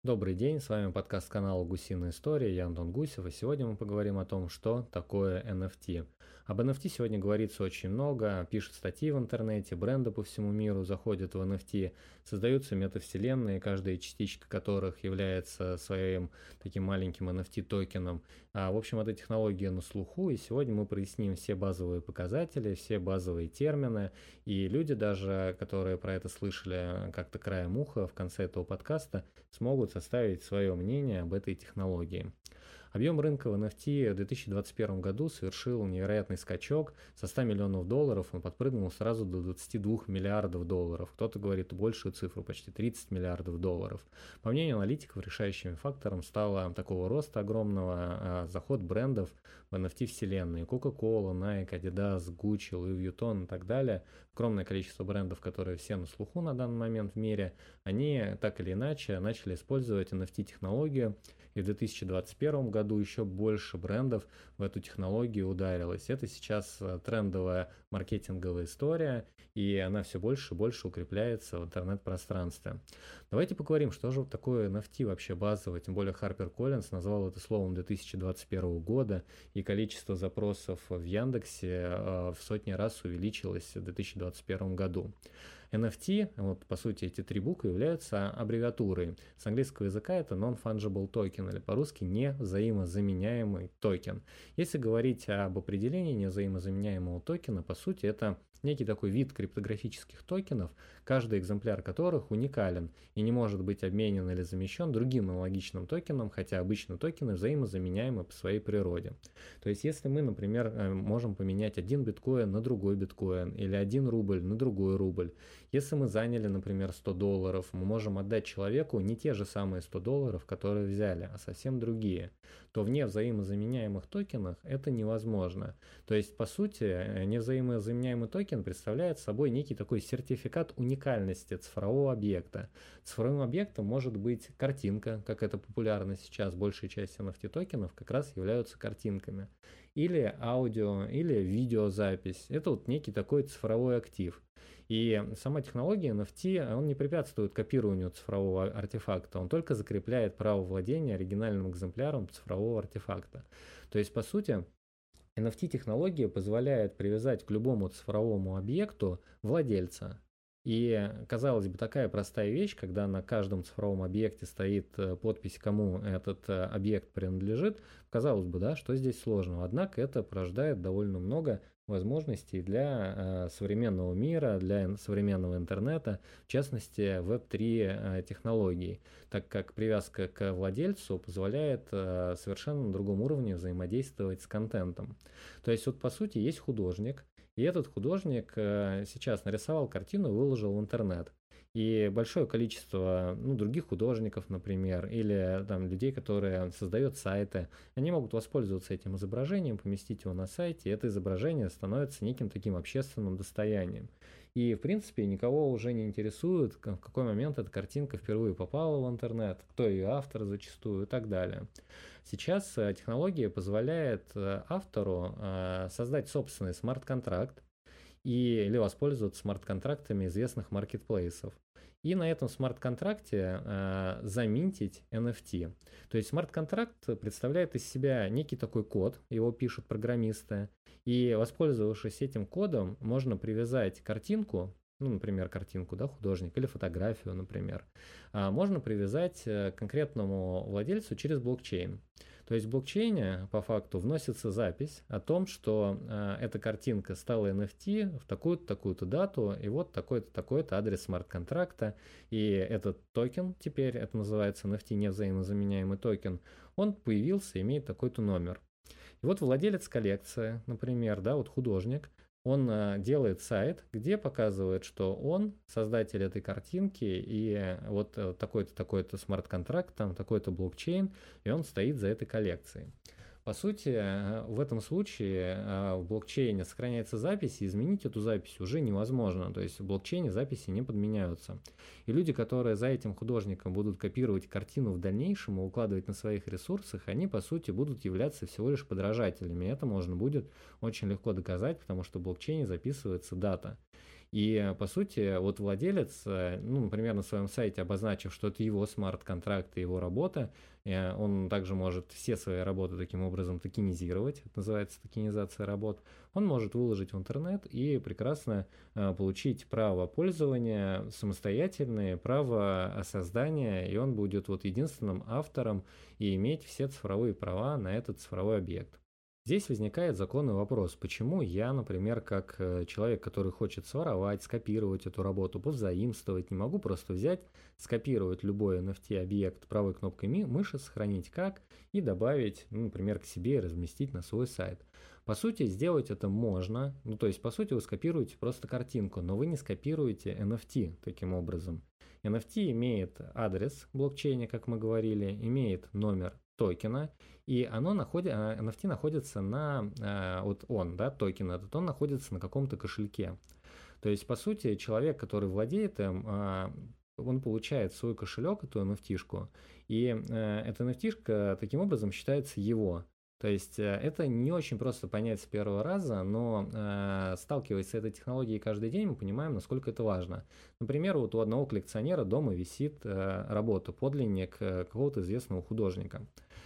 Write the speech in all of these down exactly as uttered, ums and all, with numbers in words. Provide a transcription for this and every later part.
Добрый день, с вами подкаст канала «Гусиная история», я Антон Гусев, и сегодня мы поговорим о том, что такое эн эф ти. Об эн эф ти сегодня говорится очень много, пишут статьи в интернете, бренды по всему миру заходят в эн эф ти, создаются метавселенные, каждая частичка которых является своим таким маленьким эн эф ти-токеном. А, в общем, эта технология на слуху, и сегодня мы проясним все базовые показатели, все базовые термины, и люди даже, которые про это слышали как-то краем уха в конце этого подкаста, смогут составить свое мнение об этой технологии. Объем рынка в эн эф ти в две тысячи двадцать первом году совершил невероятный скачок. Со ста миллионов долларов он подпрыгнул сразу до двадцати двух миллиардов долларов. Кто-то говорит большую цифру, почти тридцать миллиардов долларов. По мнению аналитиков, решающим фактором стало такого роста огромного заход брендов в эн эф ти-вселенной. Coca-Cola, Nike, Adidas, Gucci, Louis Vuitton и так далее. Огромное количество брендов, которые все на слуху на данный момент в мире, они так или иначе начали использовать эн эф ти-технологию. И в две тысячи двадцать первом году еще больше брендов в эту технологию ударилось. Это сейчас трендовая маркетинговая история, и она все больше и больше укрепляется в интернет-пространстве. Давайте поговорим, что же такое эн эф ти вообще базовое. Тем более HarperCollins назвал это словом две тысячи двадцать первого года, и количество запросов в Яндексе в сотни раз увеличилось в две тысячи двадцать первом году. эн эф ти, вот по сути эти три буквы являются аббревиатурой. С английского языка это Non-Fungible Token, или по-русски невзаимозаменяемый токен. Если говорить об определении невзаимозаменяемого токена, по сути это некий такой вид криптографических токенов, каждый экземпляр которых уникален и не может быть обменен или замещен другим аналогичным токеном, хотя обычно токены взаимозаменяемы по своей природе. То есть если мы, например, можем поменять один биткоин на другой биткоин или один рубль на другой рубль, если мы заняли, например, сто долларов, мы можем отдать человеку не те же самые сто долларов, которые взяли, а совсем другие, то в невзаимозаменяемых токенах это невозможно. То есть, по сути, невзаимозаменяемый токен представляет собой некий такой сертификат уникальности цифрового объекта. Цифровым объектом может быть картинка, как это популярно сейчас, большая часть эн эф ти токенов как раз являются картинками. Или аудио, или видеозапись. Это вот некий такой цифровой актив. И сама технология эн эф ти, он не препятствует копированию цифрового артефакта, он только закрепляет право владения оригинальным экземпляром цифрового артефакта. То есть, по сути, эн эф ти-технология позволяет привязать к любому цифровому объекту владельца. И, казалось бы, такая простая вещь, когда на каждом цифровом объекте стоит подпись, кому этот объект принадлежит, казалось бы, да, что здесь сложного. Однако это порождает довольно много возможностей для современного мира, для современного интернета, в частности веб три технологий, так как привязка к владельцу позволяет совершенно на другом уровне взаимодействовать с контентом. То есть вот по сути есть художник, и этот художник сейчас нарисовал картину и выложил в интернет. И большое количество ну, других художников, например, или там, людей, которые создают сайты, они могут воспользоваться этим изображением, поместить его на сайте, и это изображение становится неким таким общественным достоянием. И, в принципе, никого уже не интересует, в какой момент эта картинка впервые попала в интернет, кто ее автор зачастую и так далее. Сейчас технология позволяет автору создать собственный смарт-контракт, и, или воспользоваться смарт-контрактами известных маркетплейсов. И на этом смарт-контракте э, заминтить эн эф ти. То есть смарт-контракт представляет из себя некий такой код, его пишут программисты, и воспользовавшись этим кодом, можно привязать картинку, ну, например, картинку, да, художник, или фотографию, например, а можно привязать к конкретному владельцу через блокчейн. То есть в блокчейне по факту вносится запись о том, что э, эта картинка стала эн эф ти в такую-то, такую-то дату, и вот такой-то, такой-то адрес смарт-контракта, и этот токен, теперь это называется эн эф ти невзаимозаменяемый токен, он появился, имеет такой-то номер. И вот владелец коллекции, например, да, вот художник, он э, делает сайт, где показывает, что он создатель этой картинки, и вот э, такой-то, такой-то смарт-контракт, там такой-то блокчейн, и он стоит за этой коллекцией. По сути, в этом случае в блокчейне сохраняется запись, и изменить эту запись уже невозможно. То есть в блокчейне записи не подменяются. И люди, которые за этим художником будут копировать картину в дальнейшем и укладывать на своих ресурсах, они, по сути, будут являться всего лишь подражателями. И это можно будет очень легко доказать, потому что в блокчейне записывается дата. И, по сути, вот владелец, э, ну, например, на своем сайте обозначив, что это его смарт-контракт и его работа, э, он также может все свои работы таким образом токенизировать, это называется токенизация работ, он может выложить в интернет и прекрасно э, получить право пользования самостоятельное, право создания, и он будет вот единственным автором и иметь все цифровые права на этот цифровой объект. Здесь возникает законный вопрос, почему я, например, как э, человек, который хочет своровать, скопировать эту работу, повзаимствовать, не могу просто взять, скопировать любой эн эф ти-объект правой кнопкой ми- мыши, сохранить как и добавить, ну, например, к себе и разместить на свой сайт. По сути, сделать это можно, ну, то есть, по сути, вы скопируете просто картинку, но вы не скопируете эн эф ти таким образом. эн эф ти имеет адрес блокчейна, как мы говорили, имеет номер токена, и оно находит, эн эф ти находится на, а, вот он, да, токен этот, он находится на каком-то кошельке. То есть, по сути, человек, который владеет им, а, он получает свой кошелек, эту эн эф ти-шку, и э, эта эн эф ти-шка таким образом считается его. То есть э, это не очень просто понять с первого раза, но э, сталкиваясь с этой технологией каждый день, мы понимаем, насколько это важно. Например, вот у одного коллекционера дома висит э, работа, подлинник э, какого-то известного художника.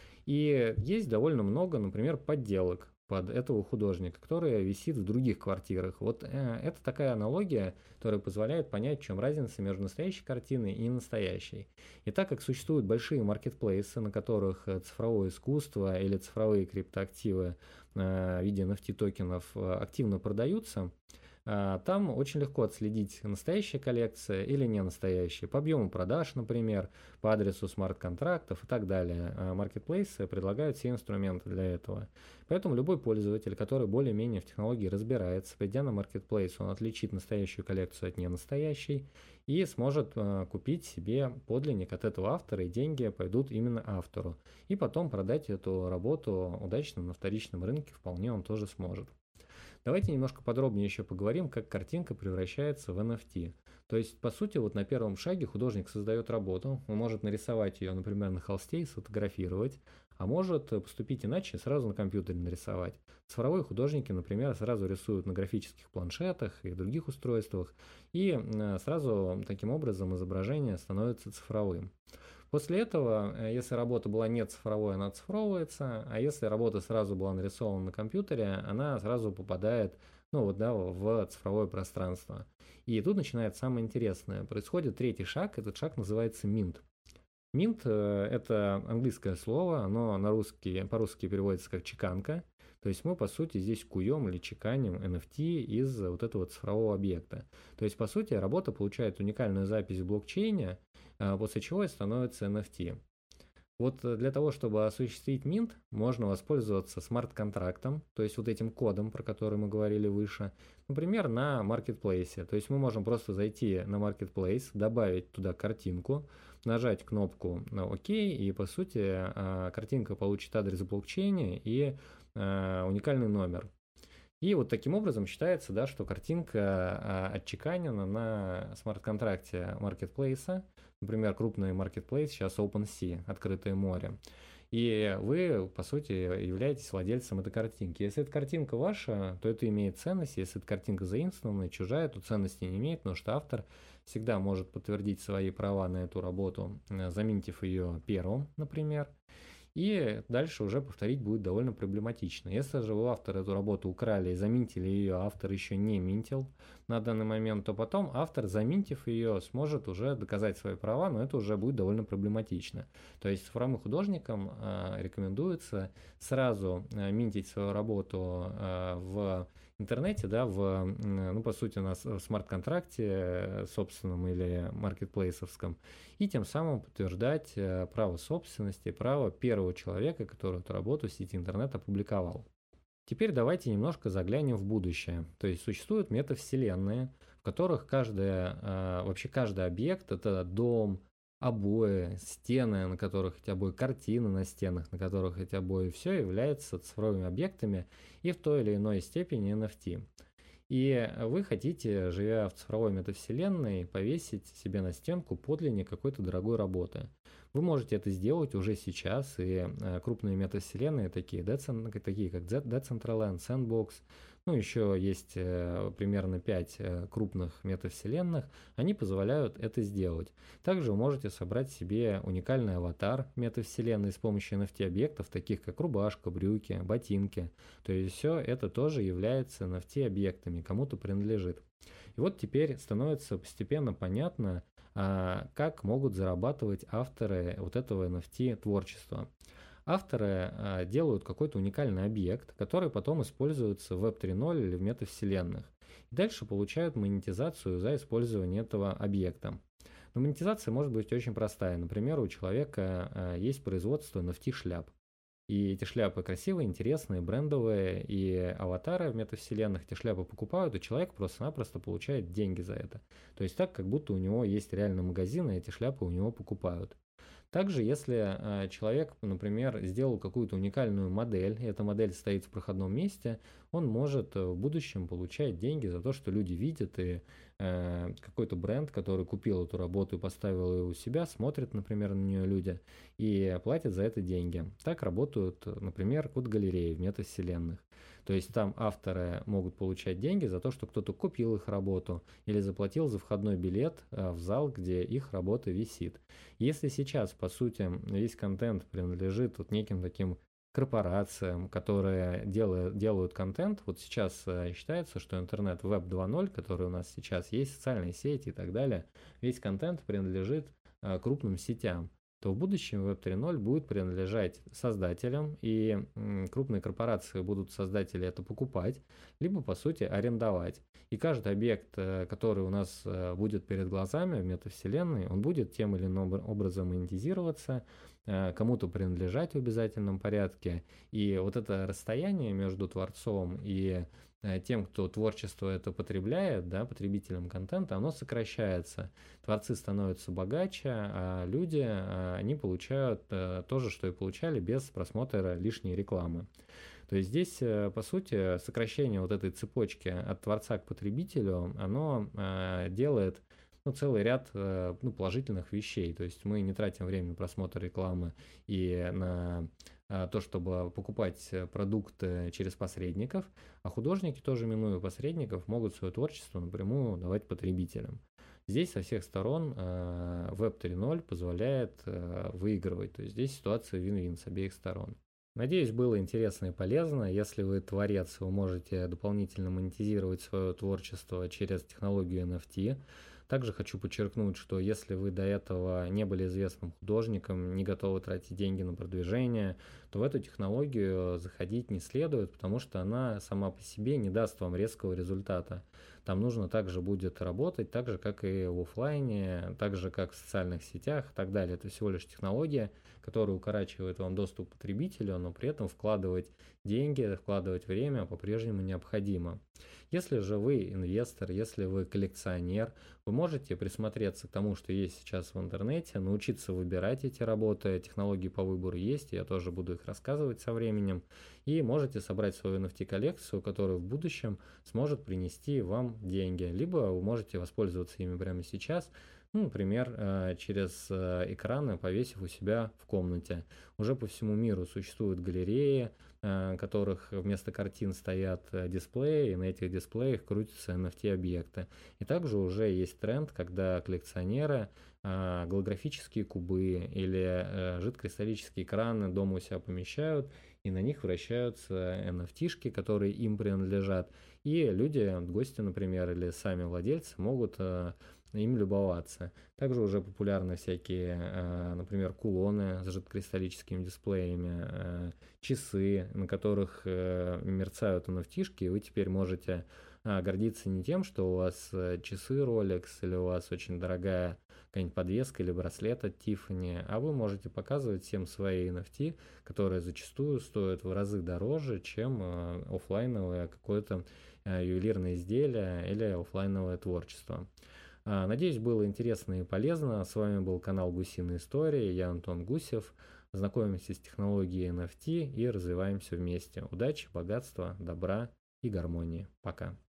И есть довольно много, например, подделок под этого художника, которая висит в других квартирах. Вот э, это такая аналогия, которая позволяет понять, в чем разница между настоящей картиной и настоящей. И так как существуют большие маркетплейсы, на которых э, цифровое искусство или цифровые криптоактивы э, в виде эн эф ти-токенов э, активно продаются, а, там очень легко отследить, настоящая коллекция или не настоящая, по объему продаж, например, по адресу смарт-контрактов и так далее. А маркетплейсы предлагают все инструменты для этого. Поэтому любой пользователь, который более-менее в технологии разбирается, придя на маркетплейс, он отличит настоящую коллекцию от ненастоящей и сможет а, купить себе подлинник от этого автора, и деньги пойдут именно автору. И потом продать эту работу удачно на вторичном рынке вполне он тоже сможет. Давайте немножко подробнее еще поговорим, как картинка превращается в эн эф ти. То есть, по сути, вот на первом шаге художник создает работу, он может нарисовать ее, например, на холсте и сфотографировать, а может поступить иначе, сразу на компьютере нарисовать. Цифровые художники, например, сразу рисуют на графических планшетах и других устройствах, и сразу таким образом изображение становится цифровым. После этого, если работа была не цифровой, она оцифровывается, а если работа сразу была нарисована на компьютере, она сразу попадает, ну вот, да, в цифровое пространство. И тут начинается самое интересное. Происходит третий шаг, этот шаг называется минт. Минт – это английское слово, оно на русский, по-русски переводится как чеканка. То есть мы, по сути, здесь куем или чеканим эн эф ти из вот этого цифрового объекта. То есть, по сути, работа получает уникальную запись в блокчейне, после чего и становится эн эф ти. Вот для того, чтобы осуществить минт, можно воспользоваться смарт-контрактом, то есть вот этим кодом, про который мы говорили выше, например, на маркетплейсе. То есть мы можем просто зайти на маркетплейс, добавить туда картинку, нажать кнопку на ОК, и по сути картинка получит адрес блокчейна и уникальный номер. И вот таким образом считается, да, что картинка отчеканена на смарт-контракте маркетплейса. Например, крупный маркетплейс сейчас OpenSea, открытое море. И вы, по сути, являетесь владельцем этой картинки. Если эта картинка ваша, то это имеет ценность. Если эта картинка заимствованная, чужая, то ценности не имеет, потому что автор всегда может подтвердить свои права на эту работу, заменив ее первым, например. И дальше уже повторить будет довольно проблематично. Если же вы автор эту работу украли и заминтили ее, а автор еще не минтил на данный момент, то потом автор, заминтив ее, сможет уже доказать свои права, но это уже будет довольно проблематично. То есть цифровым художникам э, рекомендуется сразу э, минтить свою работу э, в интернете, да, в, ну, по сути, на смарт-контракте собственном или маркетплейсовском, и тем самым подтверждать право собственности, право первого человека, который эту работу в сети интернет опубликовал. Теперь давайте немножко заглянем в будущее. То есть существуют метавселенные, в которых каждая, вообще каждый объект – это дом, обои, стены, на которых эти обои, картины на стенах, на которых эти обои, все является цифровыми объектами и в той или иной степени эн эф ти. И вы хотите, живя в цифровой метавселенной, повесить себе на стенку подлинник какой-то дорогой работы. Вы можете это сделать уже сейчас, и крупные метавселенные, такие, такие как Decentraland, Sandbox, ну, еще есть э, примерно пять э, крупных метавселенных, они позволяют это сделать. Также вы можете собрать себе уникальный аватар метавселенной с помощью эн эф ти-объектов, таких как рубашка, брюки, ботинки. То есть все это тоже является эн эф ти-объектами, кому-то принадлежит. И вот теперь становится постепенно понятно, а, как могут зарабатывать авторы вот этого эн эф ти-творчества. Авторы а, делают какой-то уникальный объект, который потом используется в веб три ноль или в метавселенных. И дальше получают монетизацию за использование этого объекта. Но монетизация может быть очень простая. Например, у человека а, есть производство эн эф ти-шляп. И эти шляпы красивые, интересные, брендовые, и аватары в метавселенных эти шляпы покупают, и человек просто-напросто получает деньги за это. То есть так, как будто у него есть реальный магазин, и эти шляпы у него покупают. Также, если э, человек, например, сделал какую-то уникальную модель, и эта модель стоит в проходном месте, он может э, в будущем получать деньги за то, что люди видят, и э, какой-то бренд, который купил эту работу и поставил ее у себя, смотрят, например, на нее люди, и платят за это деньги. Так работают, например, код-галереи в метавселенных. То есть там авторы могут получать деньги за то, что кто-то купил их работу или заплатил за входной билет э, в зал, где их работа висит. Если сейчас, по сути, весь контент принадлежит вот неким таким корпорациям, которые делают, делают контент, вот сейчас э, считается, что интернет веб два ноль, который у нас сейчас есть, социальные сети и так далее, весь контент принадлежит э, крупным сетям, то в будущем веб три ноль будет принадлежать создателям, и м, крупные корпорации будут создатели это покупать, либо, по сути, арендовать. И каждый объект, э, который у нас э, будет перед глазами в метавселенной, он будет тем или иным образом монетизироваться, э, кому-то принадлежать в обязательном порядке. И вот это расстояние между творцом и э, тем, кто творчество это потребляет, да, потребителем контента, оно сокращается. Творцы становятся богаче, а люди, э, они получают э, то же, что и получали без просмотра лишней рекламы. То есть здесь, э, по сути, сокращение вот этой цепочки от творца к потребителю, оно э, делает ну, целый ряд э, ну, положительных вещей. То есть мы не тратим время на просмотр рекламы и на э, то, чтобы покупать продукты через посредников, а художники, тоже минуя посредников, могут свое творчество напрямую давать потребителям. Здесь со всех сторон э, веб три ноль позволяет э, выигрывать. То есть здесь ситуация вин-вин с обеих сторон. Надеюсь, было интересно и полезно. Если вы творец, вы можете дополнительно монетизировать свое творчество через технологию эн эф ти. Также хочу подчеркнуть, что если вы до этого не были известным художником, не готовы тратить деньги на продвижение, то в эту технологию заходить не следует, потому что она сама по себе не даст вам резкого результата. Там нужно также будет работать, так же, как и в офлайне, так же, как в социальных сетях и так далее. Это всего лишь технология, которая укорачивает вам доступ к потребителю, но при этом вкладывать деньги, вкладывать время по-прежнему необходимо. Если же вы инвестор, если вы коллекционер, вы можете присмотреться к тому, что есть сейчас в интернете, научиться выбирать эти работы, технологии по выбору есть, я тоже буду их рассказывать со временем, и можете собрать свою эн эф ти-коллекцию, которая в будущем сможет принести вам деньги, либо вы можете воспользоваться ими прямо сейчас, ну, например, через экраны, повесив у себя в комнате. Уже по всему миру существуют галереи, в которых вместо картин стоят дисплеи, и на этих дисплеях крутятся эн эф ти-объекты. И также уже есть тренд, когда коллекционеры голографические кубы или жидкокристаллические экраны дома у себя помещают, и на них вращаются эн эф ти-шки, которые им принадлежат. И люди, гости, например, или сами владельцы могут им любоваться. Также уже популярны всякие, например, кулоны с жидкокристаллическими дисплеями, часы, на которых мерцают эн эф ти-шки, и вы теперь можете гордиться не тем, что у вас часы Rolex или у вас очень дорогая какая-нибудь подвеска или браслет от Tiffany, а вы можете показывать всем свои эн эф ти, которые зачастую стоят в разы дороже, чем офлайновое какое-то ювелирное изделие или офлайновое творчество. Надеюсь, было интересно и полезно. С вами был канал Гусиные истории. Я Антон Гусев. Знакомимся с технологией эн эф ти и развиваемся вместе. Удачи, богатства, добра и гармонии. Пока.